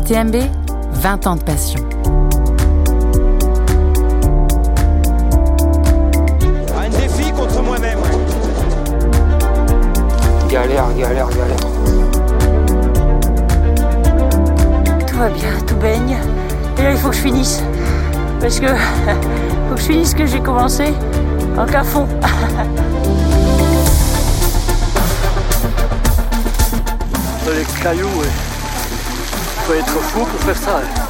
l'UTMB, 20 ans de passion. Un défi contre moi-même. Galère. Tout va bien, tout baigne. Et là, il faut que je finisse. Parce que faut que je finisse ce que j'ai commencé en cafond. Dans les cailloux, ouais. Faut être fou pour faire ça. Ouais.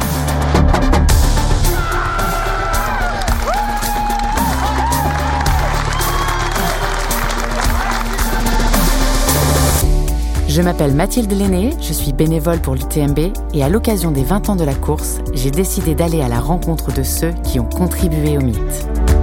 Je m'appelle Mathilde Lenné, je suis bénévole pour l'UTMB et à l'occasion des 20 ans de la course, j'ai décidé d'aller à la rencontre de ceux qui ont contribué au mythe.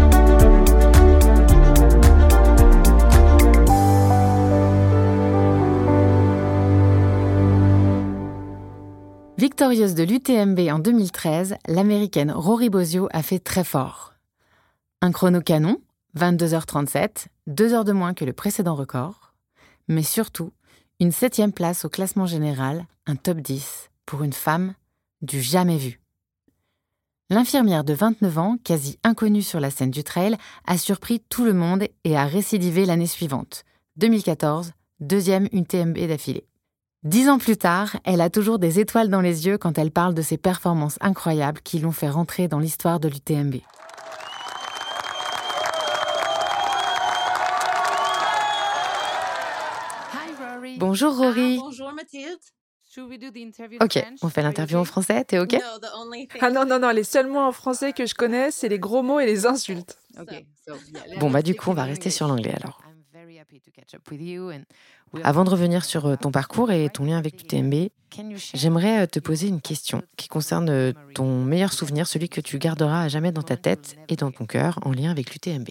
Victorieuse de l'UTMB en 2013, l'américaine Rory Bosio a fait très fort. Un chrono canon, 22h37, 2 heures de moins que le précédent record, mais surtout, une 7e place au classement général, un top 10, pour une femme, du jamais vu. L'infirmière de 29 ans, quasi inconnue sur la scène du trail, a surpris tout le monde et a récidivé l'année suivante, 2014, 2e UTMB d'affilée. 10 ans plus tard, elle a toujours des étoiles dans les yeux quand elle parle de ses performances incroyables qui l'ont fait rentrer dans l'histoire de l'UTMB. Bonjour Rory. Bonjour Mathilde. Ok, on fait l'interview en français, t'es ok? Ah non, les seuls mots en français que je connais, c'est les gros mots et les insultes. Bon du coup, on va rester sur l'anglais alors. Avant de revenir sur ton parcours et ton lien avec l'UTMB, j'aimerais te poser une question qui concerne ton meilleur souvenir, celui que tu garderas à jamais dans ta tête et dans ton cœur en lien avec l'UTMB.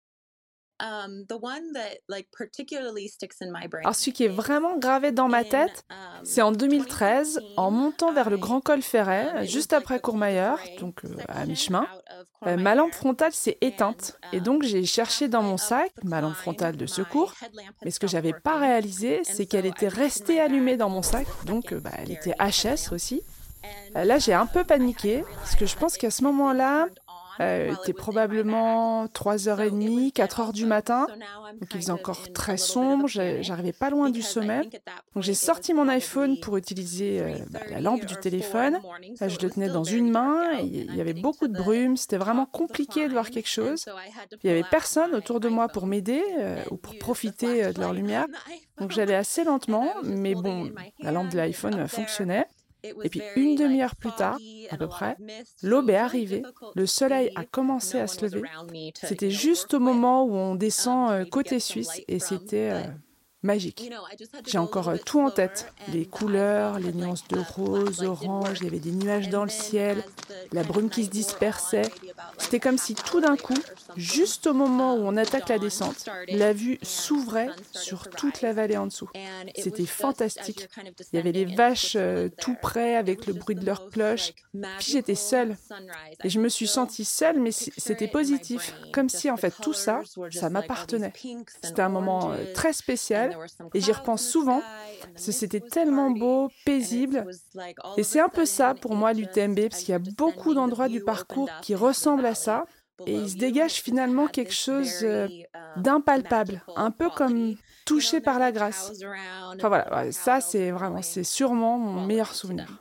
Alors celui qui est vraiment gravé dans ma tête, c'est en 2013, en montant vers le Grand Col Ferret, juste après Courmayeur, donc à mi-chemin, ma lampe frontale s'est éteinte. Et donc j'ai cherché dans mon sac ma lampe frontale de secours, mais ce que j'avais pas réalisé, c'est qu'elle était restée allumée dans mon sac, donc elle était HS aussi. Là j'ai un peu paniqué, parce que je pense qu'à ce moment-là, il était probablement 3h30, 4h du matin, donc il faisait encore très sombre, j'arrivais pas loin du sommet. Donc j'ai sorti mon iPhone pour utiliser la lampe du téléphone. Je le tenais dans une main, et il y avait beaucoup de brume, c'était vraiment compliqué de voir quelque chose. Il y avait personne autour de moi pour m'aider ou pour profiter de leur lumière. Donc j'allais assez lentement, mais bon, la lampe de l'iPhone fonctionnait. Et puis une demi-heure plus tard, à peu près, l'aube est arrivée, le soleil a commencé à se lever. C'était juste au moment où on descend côté suisse et c'était magique. J'ai encore tout en tête, les couleurs, les nuances de rose, orange, il y avait des nuages dans le ciel, la brume qui se dispersait. C'était comme si tout d'un coup, juste au moment où on attaque la descente, la vue s'ouvrait sur toute la vallée en dessous. C'était fantastique. Il y avait les vaches tout près avec le bruit de leurs cloches. Puis j'étais seule. Et je me suis sentie seule, mais c'était positif. Comme si en fait tout ça, ça m'appartenait. C'était un moment très spécial. Et j'y repense souvent, parce que c'était tellement beau, paisible. Et c'est un peu ça pour moi l'UTMB, parce qu'il y a beaucoup d'endroits du parcours qui ressemblent à ça. Et il se dégage finalement quelque chose d'impalpable, un peu comme touché par la grâce. Enfin voilà, ça c'est sûrement mon meilleur souvenir.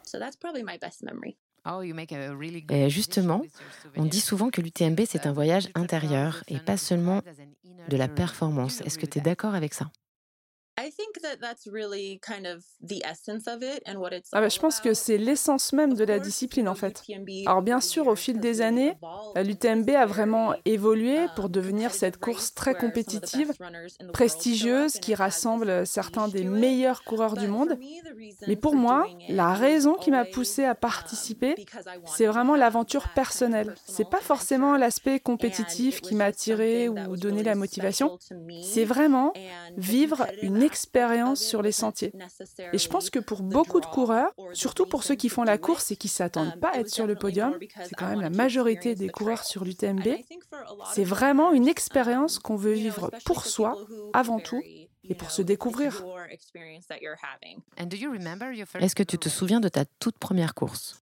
Et justement, on dit souvent que l'UTMB c'est un voyage intérieur et pas seulement de la performance. Est-ce que tu es d'accord avec ça? Je pense que c'est l'essence même de la discipline en fait. Alors bien sûr, au fil des années, l'UTMB a vraiment évolué pour devenir cette course très compétitive, prestigieuse, qui rassemble certains des meilleurs coureurs du monde. Mais pour moi, la raison qui m'a poussée à participer, c'est vraiment l'aventure personnelle. C'est pas forcément l'aspect compétitif qui m'a attiré ou donné la motivation. C'est vraiment vivre une expérience sur les sentiers. Et je pense que pour beaucoup de coureurs, surtout pour ceux qui font la course et qui ne s'attendent pas à être sur le podium, c'est quand même la majorité des coureurs sur l'UTMB, c'est vraiment une expérience qu'on veut vivre pour soi, avant tout, et pour se découvrir. Est-ce que tu te souviens de ta toute première course?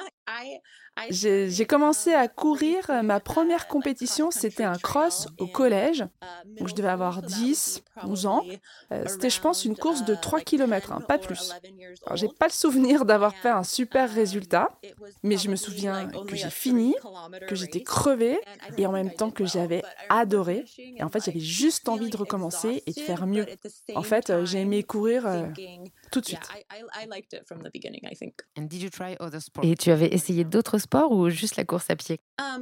J'ai commencé à courir, ma première compétition, c'était un cross au collège, donc je devais avoir 10, 11 ans. C'était, je pense, une course de 3 km, pas plus. Alors, j'ai pas le souvenir d'avoir fait un super résultat, mais je me souviens que j'ai fini, que j'étais crevée, et en même temps que j'avais adoré. Et en fait, j'avais juste envie de recommencer et de faire mieux. En fait, j'ai aimé courir tout de suite. Et tu avais essayé d'autres sports ou juste la course à pied?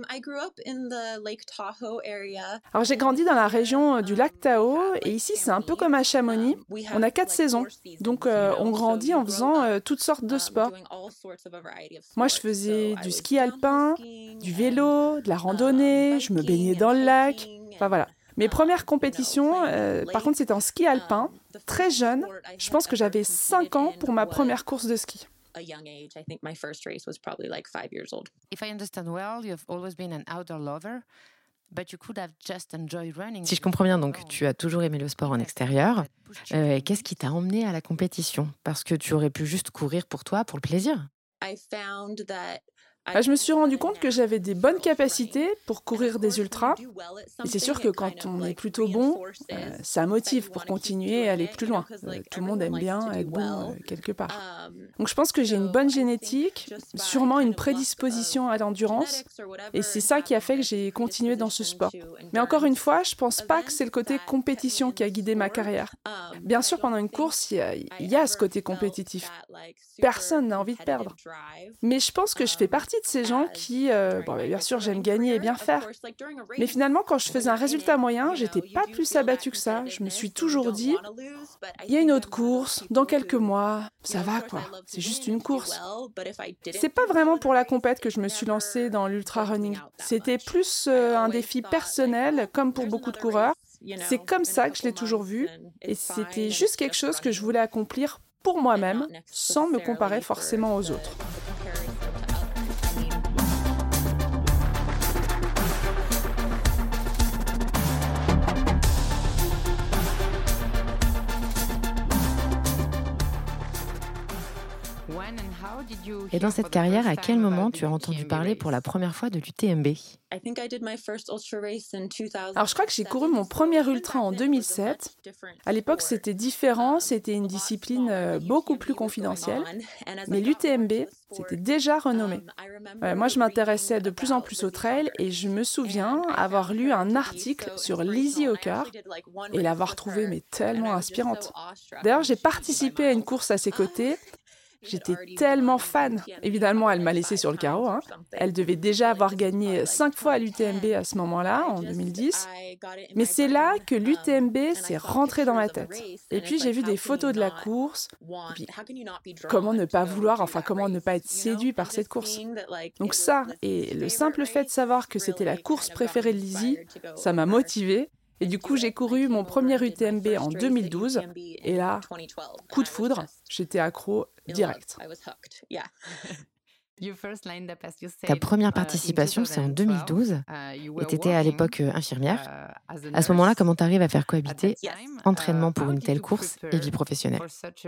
Alors j'ai grandi dans la région du lac Tahoe et ici c'est un peu comme à Chamonix. On a 4 saisons, donc on grandit en faisant toutes sortes de sports. Moi je faisais du ski alpin, du vélo, de la randonnée, je me baignais dans le lac, enfin voilà. Mes premières compétitions, par contre c'était en ski alpin, très jeune. Je pense que j'avais 5 ans pour ma première course de ski. If I understand well, you've always been an outdoor lover, but you could have just enjoyed running. Si je comprends bien, donc tu as toujours aimé le sport en extérieur. Qu'est-ce qui t'a emmené à la compétition? Parce que tu aurais pu juste courir pour toi, pour le plaisir. Je me suis rendu compte que j'avais des bonnes capacités pour courir des ultras. Et c'est sûr que quand on est plutôt bon, ça motive pour continuer et aller plus loin. Tout le monde aime bien être bon quelque part. Donc je pense que j'ai une bonne génétique, sûrement une prédisposition à l'endurance. Et c'est ça qui a fait que j'ai continué dans ce sport. Mais encore une fois, je pense pas que c'est le côté compétition qui a guidé ma carrière. Bien sûr, pendant une course, il y a ce côté compétitif. Personne n'a envie de perdre. Mais je pense que je fais partie de ces gens qui, bien sûr, j'aime gagner et bien faire. Mais finalement, quand je faisais un résultat moyen, j'étais pas plus abattue que ça. Je me suis toujours dit, il y a une autre course, dans quelques mois, ça va quoi, c'est juste une course. C'est pas vraiment pour la compète que je me suis lancée dans l'ultra-running. C'était plus un défi personnel, comme pour beaucoup de coureurs. C'est comme ça que je l'ai toujours vu, et c'était juste quelque chose que je voulais accomplir pour moi-même, sans me comparer forcément aux autres. Et dans cette carrière, à quel moment tu as entendu parler pour la première fois de l'UTMB? Alors je crois que j'ai couru mon premier ultra en 2007. À l'époque, c'était différent, c'était une discipline beaucoup plus confidentielle. Mais l'UTMB, c'était déjà renommé. Moi, je m'intéressais de plus en plus au trail et je me souviens avoir lu un article sur Lizzie Ocker et l'avoir trouvée tellement inspirante. D'ailleurs, j'ai participé à une course à ses côtés. J'étais tellement fan. Évidemment, elle m'a laissée sur le carreau. Elle devait déjà avoir gagné 5 fois à l'UTMB à ce moment-là, en 2010. Mais c'est là que l'UTMB s'est rentré dans ma tête. Et puis, j'ai vu des photos de la course. Et puis, comment ne pas vouloir, comment ne pas être séduit par cette course. Donc ça, et le simple fait de savoir que c'était la course préférée de Lizzie, ça m'a motivée. Et du coup, j'ai couru mon premier UTMB en 2012. Et là, coup de foudre, j'étais accro direct. Ta première participation, c'est en 2012. Et tu étais à l'époque infirmière. À ce moment-là, comment tu arrives à faire cohabiter entraînement pour une telle course et vie professionnelle?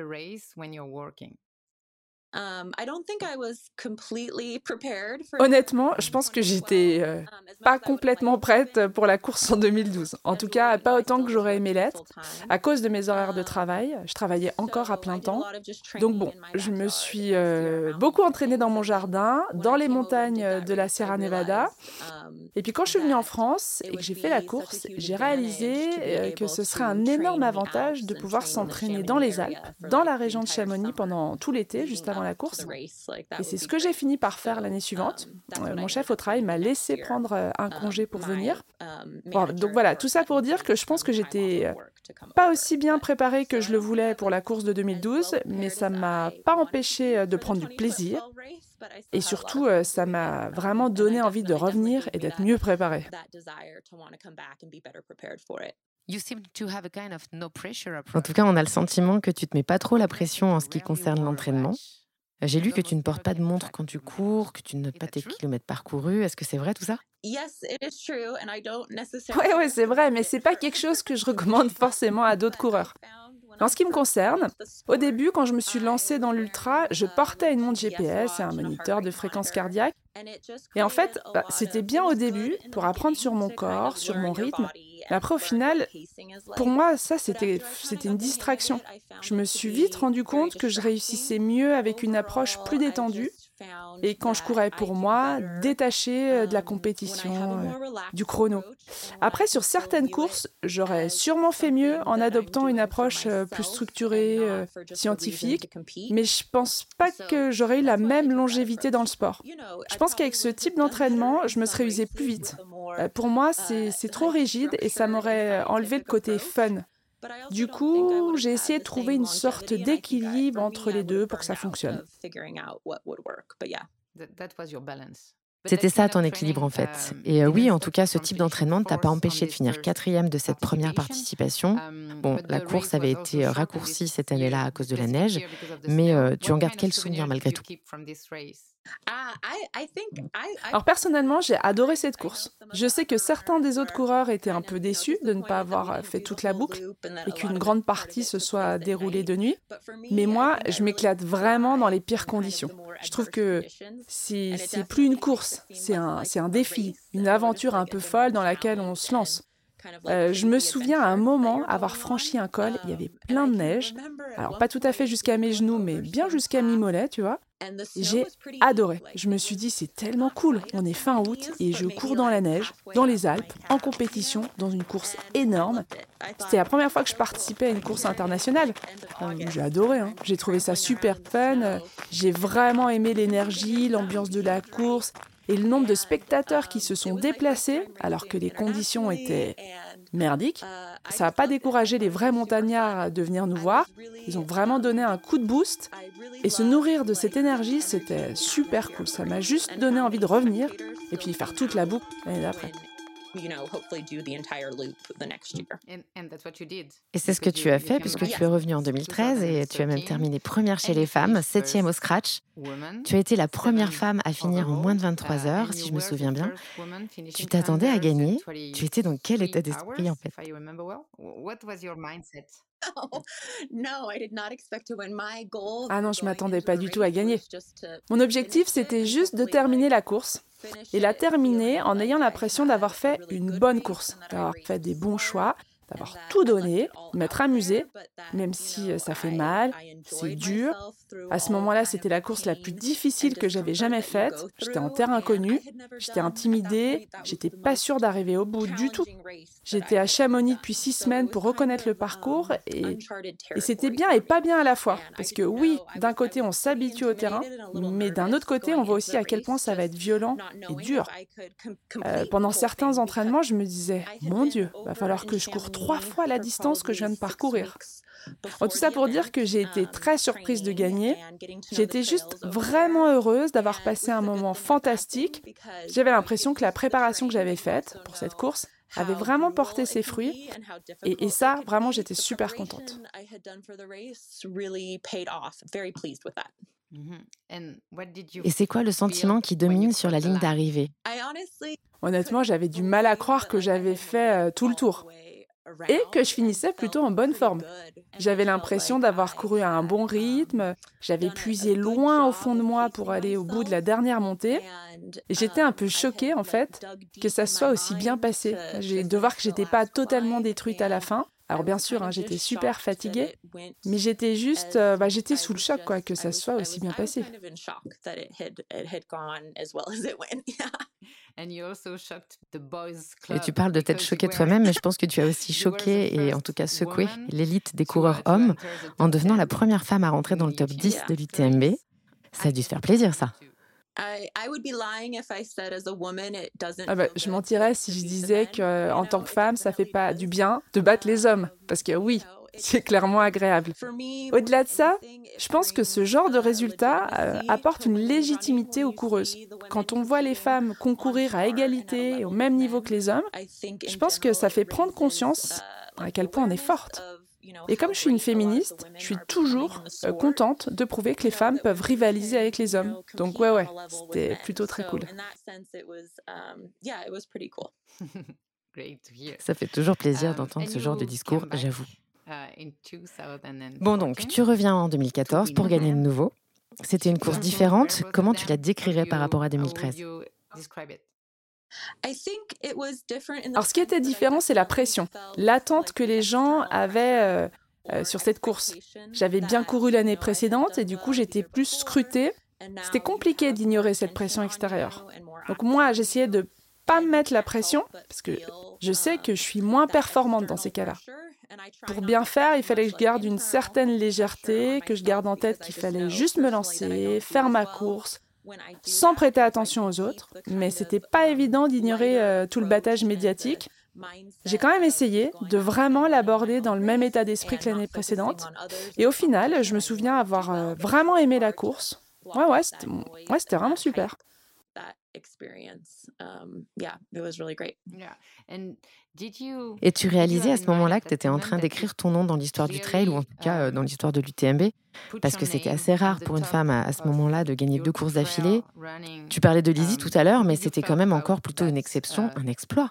Honnêtement, je pense que j'étais pas complètement prête pour la course en 2012. En tout cas, pas autant que j'aurais aimé l'être. À cause de mes horaires de travail, je travaillais encore à plein temps. Donc bon, je me suis beaucoup entraînée dans mon jardin, dans les montagnes de la Sierra Nevada. Et puis quand je suis venue en France et que j'ai fait la course, j'ai réalisé que ce serait un énorme avantage de pouvoir s'entraîner dans les Alpes, dans la région de Chamonix pendant tout l'été, juste avant la course. Et c'est ce que j'ai fini par faire l'année suivante. Mon chef au travail m'a laissé prendre un congé pour venir. Bon, donc voilà, tout ça pour dire que je pense que j'étais pas aussi bien préparée que je le voulais pour la course de 2012, mais ça m'a pas empêché de prendre du plaisir. Et surtout, ça m'a vraiment donné envie de revenir et d'être mieux préparée. En tout cas, on a le sentiment que tu te mets pas trop la pression en ce qui concerne l'entraînement. J'ai lu que tu ne portes pas de montre quand tu cours, que tu ne notes pas tes kilomètres parcourus. Est-ce que c'est vrai tout ça? Ouais, c'est vrai, mais c'est pas quelque chose que je recommande forcément à d'autres coureurs. En ce qui me concerne, au début, quand je me suis lancée dans l'ultra, je portais une montre GPS et un moniteur de fréquence cardiaque. Et en fait, c'était bien au début pour apprendre sur mon corps, sur mon rythme. Mais après, au final, pour moi, ça, c'était une distraction. Je me suis vite rendu compte que je réussissais mieux avec une approche plus détendue. Et quand je courais pour moi, détachée de la compétition, du chrono. Après, sur certaines courses, j'aurais sûrement fait mieux en adoptant une approche plus structurée, scientifique, mais je pense pas que j'aurais eu la même longévité dans le sport. Je pense qu'avec ce type d'entraînement, je me serais usée plus vite. Pour moi, c'est trop rigide et ça m'aurait enlevé le côté fun. Du coup, j'ai essayé de trouver une sorte d'équilibre entre les deux pour que ça fonctionne. C'était ça ton équilibre en fait. Et oui, en tout cas, ce type d'entraînement ne t'a pas empêché de finir 4e de cette première participation. Bon, la course avait été raccourcie cette année-là à cause de la neige, mais tu en gardes quel souvenir malgré tout? Alors personnellement, j'ai adoré cette course. Je sais que certains des autres coureurs étaient un peu déçus de ne pas avoir fait toute la boucle et qu'une grande partie se soit déroulée de nuit. Mais moi, je m'éclate vraiment dans les pires conditions. Je trouve que c'est plus une course, c'est un défi, une aventure un peu folle dans laquelle on se lance. Je me souviens à un moment avoir franchi un col, il y avait plein de neige. Alors pas tout à fait jusqu'à mes genoux, mais bien jusqu'à mi-mollet, tu vois. J'ai adoré. Je me suis dit, c'est tellement cool. On est fin août et je cours dans la neige, dans les Alpes, en compétition, dans une course énorme. C'était la première fois que je participais à une course internationale. J'ai adoré, hein. J'ai trouvé ça super fun. J'ai vraiment aimé l'énergie, l'ambiance de la course et le nombre de spectateurs qui se sont déplacés alors que les conditions étaient merdiques. Ça n'a pas découragé les vrais montagnards de venir nous voir. Ils ont vraiment donné un coup de boost. Et se nourrir de cette énergie, c'était super cool. Ça m'a juste donné envie de revenir et puis faire toute la boucle l'année d'après. Et c'est ce que tu as fait puisque tu es revenue en 2013 et tu as même terminé première chez les femmes, 7e au scratch. Tu as été la première femme à finir en moins de 23 heures, si je me souviens bien. Tu t'attendais à gagner. Tu étais dans quel état d'esprit en fait? Ah non, je m'attendais pas du tout à gagner. Mon objectif, c'était juste de terminer la course. Et la terminer en ayant l'impression d'avoir fait une bonne course, d'avoir fait des bons choix, d'avoir tout donné, de m'être amusée, même si ça fait mal, c'est dur. À ce moment-là, c'était la course la plus difficile que j'avais jamais faite. J'étais en terre inconnue, j'étais intimidée, j'étais pas sûre d'arriver au bout du tout. J'étais à Chamonix depuis 6 semaines pour reconnaître le parcours et c'était bien et pas bien à la fois. Parce que oui, d'un côté, on s'habitue au terrain, mais d'un autre côté, on voit aussi à quel point ça va être violent et dur. Pendant certains entraînements, je me disais, mon Dieu, va falloir que je cours 3 fois la distance que je viens de parcourir. Tout ça pour dire que j'ai été très surprise de gagner. J'étais juste vraiment heureuse d'avoir passé un moment fantastique. J'avais l'impression que la préparation que j'avais faite pour cette course avait vraiment porté ses fruits. Et ça, vraiment, j'étais super contente. Et c'est quoi le sentiment qui domine sur la ligne d'arrivée? Honnêtement, j'avais du mal à croire que j'avais fait tout le tour. Et que je finissais plutôt en bonne forme. J'avais l'impression d'avoir couru à un bon rythme, j'avais puisé loin au fond de moi pour aller au bout de la dernière montée, et j'étais un peu choquée en fait que ça soit aussi bien passé. De voir que j'étais pas totalement détruite à la fin. Alors bien sûr, j'étais super fatiguée, mais j'étais juste, j'étais sous le choc quoi, que ça soit aussi bien passé. Et tu parles de t'être choquée toi-même, mais je pense que tu as aussi choqué et en tout cas secoué l'élite des coureurs hommes en devenant la première femme à rentrer dans le top 10 de l'UTMB. Ça a dû te faire plaisir, ça. Je mentirais si je disais qu'en tant que femme, ça fait pas du bien de battre les hommes. Parce que oui, c'est clairement agréable. Au-delà de ça, je pense que ce genre de résultat apporte une légitimité aux coureuses. Quand on voit les femmes concourir à égalité et au même niveau que les hommes, je pense que ça fait prendre conscience à quel point on est forte. Et comme je suis une féministe, je suis toujours contente de prouver que les femmes peuvent rivaliser avec les hommes. Donc ouais, c'était plutôt très cool. Ça fait toujours plaisir d'entendre ce genre de discours, j'avoue. Bon donc, tu reviens en 2014 pour gagner de nouveau. C'était une course différente. Comment tu la décrirais par rapport à 2013 ? Alors, ce qui était différent, c'est la pression, l'attente que les gens avaient sur cette course. J'avais bien couru l'année précédente et du coup, j'étais plus scrutée. C'était compliqué d'ignorer cette pression extérieure. Donc moi, j'essayais de pas me mettre la pression parce que je sais que je suis moins performante dans ces cas-là. Pour bien faire, il fallait que je garde une certaine légèreté, que je garde en tête qu'il fallait juste me lancer, faire ma course, sans prêter attention aux autres. Mais c'était pas évident d'ignorer tout le battage médiatique. J'ai quand même essayé de vraiment l'aborder dans le même état d'esprit que l'année précédente. Et au final, je me souviens avoir vraiment aimé la course. Ouais, c'était vraiment super. Et tu réalisais à ce moment-là que tu étais en train d'écrire ton nom dans l'histoire du trail, ou en tout cas dans l'histoire de l'UTMB, parce que c'était assez rare pour une femme à ce moment-là de gagner 2 courses d'affilée. Tu parlais de Lizzie tout à l'heure, mais c'était quand même encore plutôt une exception, un exploit.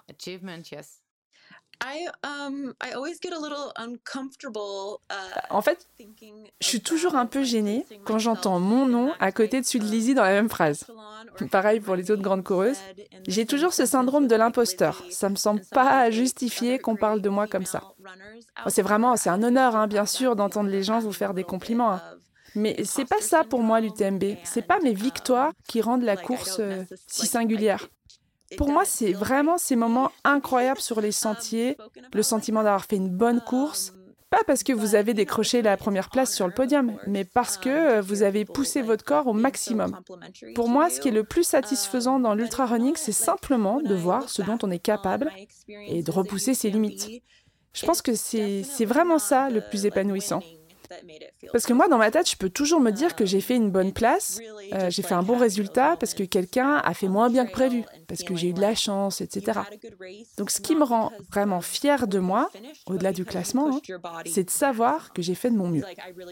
En fait, je suis toujours un peu gênée quand j'entends mon nom à côté de celui de Lizzie dans la même phrase. Pareil pour les autres grandes coureuses. J'ai toujours ce syndrome de l'imposteur. Ça me semble pas justifié qu'on parle de moi comme ça. C'est un honneur, bien sûr, d'entendre les gens vous faire des compliments. Mais c'est pas ça pour moi l'UTMB. C'est pas mes victoires qui rendent la course si singulière. Pour moi, c'est vraiment ces moments incroyables sur les sentiers, le sentiment d'avoir fait une bonne course, pas parce que vous avez décroché la première place sur le podium, mais parce que vous avez poussé votre corps au maximum. Pour moi, ce qui est le plus satisfaisant dans l'ultra-running, c'est simplement de voir ce dont on est capable et de repousser ses limites. Je pense que c'est vraiment ça le plus épanouissant. Parce que moi, dans ma tête, je peux toujours me dire que j'ai fait une bonne place, j'ai fait un bon résultat parce que quelqu'un a fait moins bien que prévu, parce que j'ai eu de la chance, etc. Donc, ce qui me rend vraiment fière de moi, au-delà du classement, c'est de savoir que j'ai fait de mon mieux.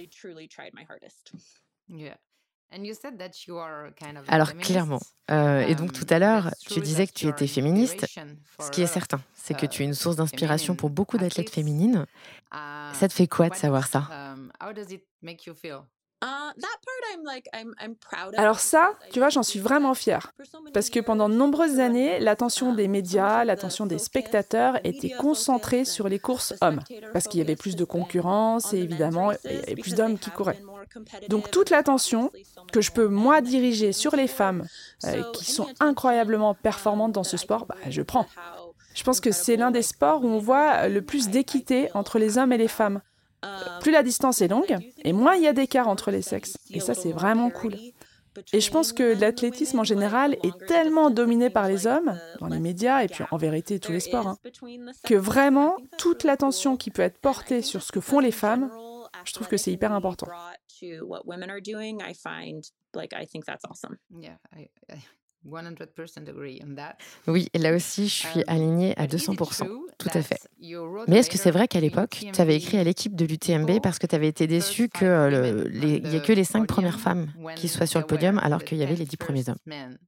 Alors clairement, et donc tout à l'heure, tu disais que tu étais féministe. Ce qui est certain, c'est que tu es une source d'inspiration pour beaucoup d'athlètes féminines. Ça te fait quoi de savoir ça ? Alors ça, tu vois, j'en suis vraiment fière. Parce que pendant de nombreuses années, l'attention des médias, l'attention des spectateurs était concentrée sur les courses hommes. Parce qu'il y avait plus de concurrence et évidemment, il y avait plus d'hommes qui couraient. Donc toute l'attention que je peux, moi, diriger sur les femmes qui sont incroyablement performantes dans ce sport, je prends. Je pense que c'est l'un des sports où on voit le plus d'équité entre les hommes et les femmes. Plus la distance est longue, et moins il y a d'écart entre les sexes. Et ça, c'est vraiment cool. Et je pense que l'athlétisme en général est tellement dominé par les hommes, dans les médias, et puis en vérité tous les sports, que vraiment, toute l'attention qui peut être portée sur ce que font les femmes, je trouve que c'est hyper important. Oui, là aussi, je suis alignée à 200%. Tout à fait. Mais est-ce que c'est vrai qu'à l'époque, tu avais écrit à l'équipe de l'UTMB parce que tu avais été déçue qu'il n'y ait que les 5 premières femmes qui soient sur le podium alors qu'il y avait les 10 premiers hommes?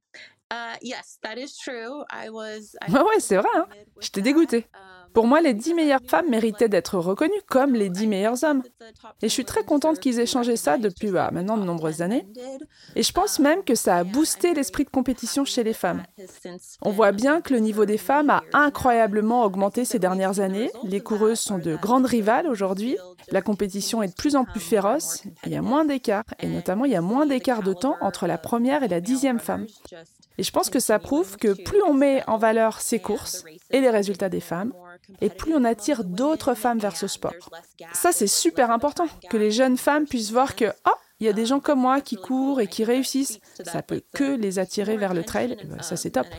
Ouais, c'est vrai, J'étais dégoûtée. Pour moi, les 10 meilleures femmes méritaient d'être reconnues comme les 10 meilleurs hommes. Et je suis très contente qu'ils aient changé ça depuis maintenant de nombreuses années. Et je pense même que ça a boosté l'esprit de compétition chez les femmes. On voit bien que le niveau des femmes a incroyablement augmenté ces dernières années. Les coureuses sont de grandes rivales aujourd'hui. La compétition est de plus en plus féroce. Il y a moins d'écart. Et notamment, il y a moins d'écart de temps entre la première et la 10e femme. Et je pense que ça prouve que plus on met en valeur ces courses et les résultats des femmes, et plus on attire d'autres femmes vers ce sport. Ça, c'est super important, que les jeunes femmes puissent voir que il y a des gens comme moi qui courent et qui réussissent. Ça peut que les attirer vers le trail. Ça, c'est top.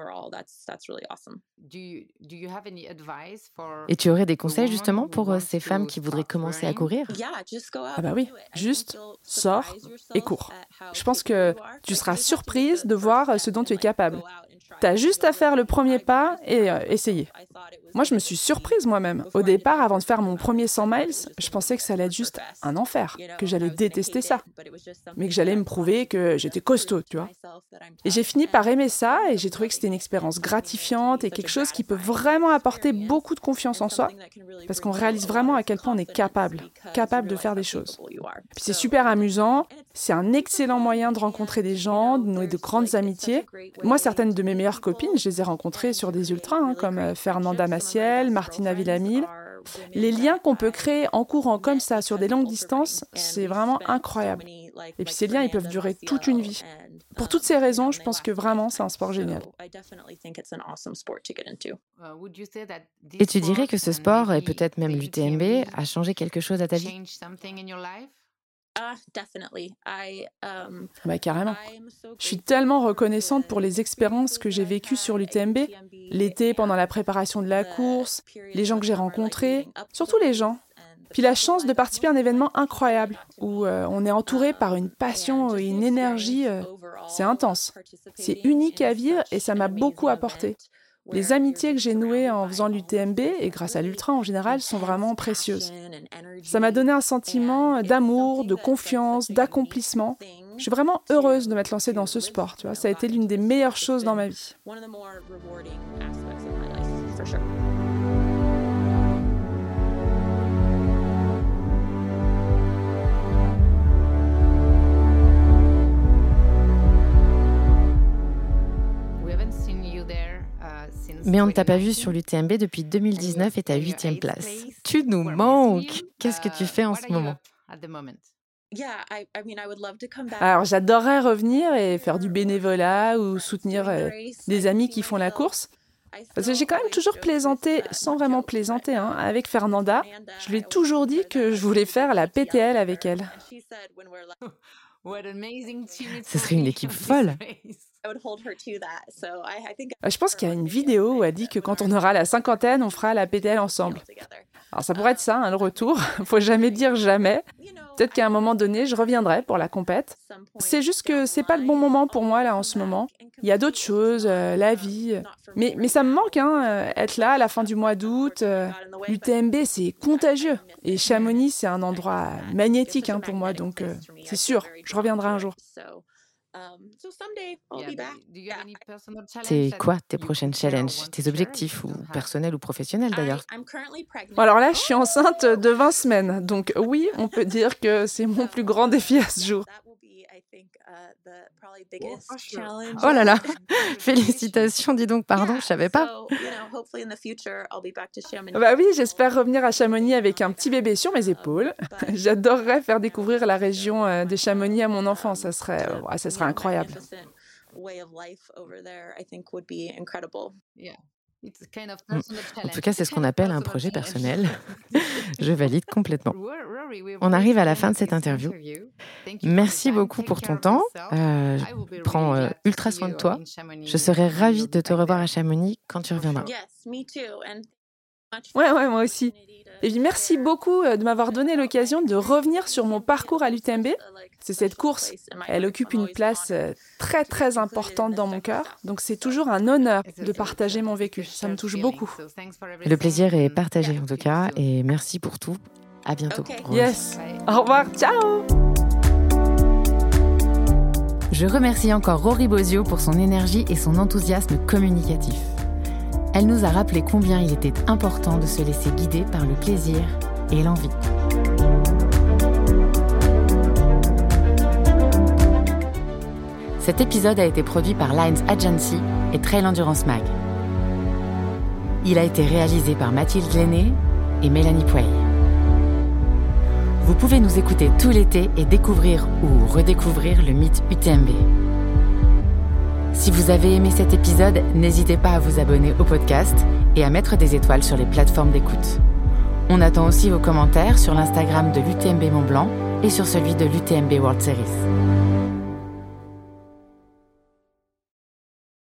Et tu aurais des conseils justement pour ces femmes qui voudraient commencer à courir? Oui, juste sors et cours. Je pense que tu seras surprise de voir ce dont tu es capable. T'as juste à faire le premier pas et essayer. Moi, je me suis surprise moi-même. Au départ, avant de faire mon premier 100 miles, je pensais que ça allait être juste un enfer, que j'allais détester ça, mais que j'allais me prouver que j'étais costaud, tu vois. Et j'ai fini par aimer ça et j'ai trouvé que c'était une expérience gratifiante et quelque chose qui peut vraiment apporter beaucoup de confiance en soi, parce qu'on réalise vraiment à quel point on est capable de faire des choses. Puis c'est super amusant, c'est un excellent moyen de rencontrer des gens, de nouer de grandes amitiés. Moi, certaines de mes meilleures copines, je les ai rencontrées sur des ultras, comme Fernanda Maciel, Martina Villamil. Les liens qu'on peut créer en courant comme ça, sur des longues distances, c'est vraiment incroyable. Et puis ces liens, ils peuvent durer toute une vie. Pour toutes ces raisons, je pense que vraiment, c'est un sport génial. Et tu dirais que ce sport, et peut-être même l'UTMB, a changé quelque chose à ta vie ? Carrément. Je suis tellement reconnaissante pour les expériences que j'ai vécues sur l'UTMB, l'été pendant la préparation de la course, les gens que j'ai rencontrés, surtout les gens. Puis la chance de participer à un événement incroyable, où on est entouré par une passion et une énergie, c'est intense. C'est unique à vivre et ça m'a beaucoup apporté. Les amitiés que j'ai nouées en faisant l'UTMB, et grâce à l'ultra en général, sont vraiment précieuses. Ça m'a donné un sentiment d'amour, de confiance, d'accomplissement. Je suis vraiment heureuse de m'être lancée dans ce sport. Tu vois, ça a été l'une des meilleures choses dans ma vie. Mais on ne t'a pas vu sur l'UTMB depuis 2019 et ta 8e place. Tu nous manques. Qu'est-ce que tu fais en ce moment ? Alors, j'adorerais revenir et faire du bénévolat ou soutenir des amis qui font la course. Parce que j'ai quand même toujours plaisanté, sans vraiment plaisanter, avec Fernanda. Je lui ai toujours dit que je voulais faire la PTL avec elle. Ce serait une équipe folle. Je pense qu'il y a une vidéo où elle dit que quand on aura la 50aine, on fera la PTL ensemble. Alors ça pourrait être ça, le retour. Faut jamais dire jamais. Peut-être qu'à un moment donné, je reviendrai pour la compète. C'est juste que c'est pas le bon moment pour moi là en ce moment. Il y a d'autres choses, la vie. Mais ça me manque, être là à la fin du mois d'août. L'UTMB, c'est contagieux. Et Chamonix, c'est un endroit magnétique pour moi, donc c'est sûr, je reviendrai un jour. C'est quoi tes prochains challenges, tes objectifs, ou personnels ou professionnels d'ailleurs ? Bon, alors là, je suis enceinte de 20 semaines, donc oui, on peut dire que c'est mon plus grand défi à ce jour. Oh là là, félicitations, dis donc, pardon, je savais pas. Bah oui, j'espère revenir à Chamonix avec un petit bébé sur mes épaules. J'adorerais faire découvrir la région de Chamonix à mon enfant, ça serait incroyable. En tout cas, c'est ce qu'on appelle un projet personnel. Je valide complètement. On arrive à la fin de cette interview. Merci beaucoup pour ton temps. Prends ultra soin de toi. Je serai ravie de te revoir à Chamonix quand tu reviendras. Ouais, moi aussi. Et puis merci beaucoup de m'avoir donné l'occasion de revenir sur mon parcours à l'UTMB. C'est cette course, elle occupe une place très très importante dans mon cœur. Donc c'est toujours un honneur de partager mon vécu. Ça me touche beaucoup. Le plaisir est partagé en tout cas. Et merci pour tout. À bientôt. Yes. Au revoir. Ciao. Je remercie encore Rory Bosio pour son énergie et son enthousiasme communicatif. Elle nous a rappelé combien il était important de se laisser guider par le plaisir et l'envie. Cet épisode a été produit par Lines Agency et Trail Endurance Mag. Il a été réalisé par Mathilde Lenné et Mélanie Pouey. Vous pouvez nous écouter tout l'été et découvrir ou redécouvrir le mythe UTMB. Si vous avez aimé cet épisode, n'hésitez pas à vous abonner au podcast et à mettre des étoiles sur les plateformes d'écoute. On attend aussi vos commentaires sur l'Instagram de l'UTMB Mont Blanc et sur celui de l'UTMB World Series.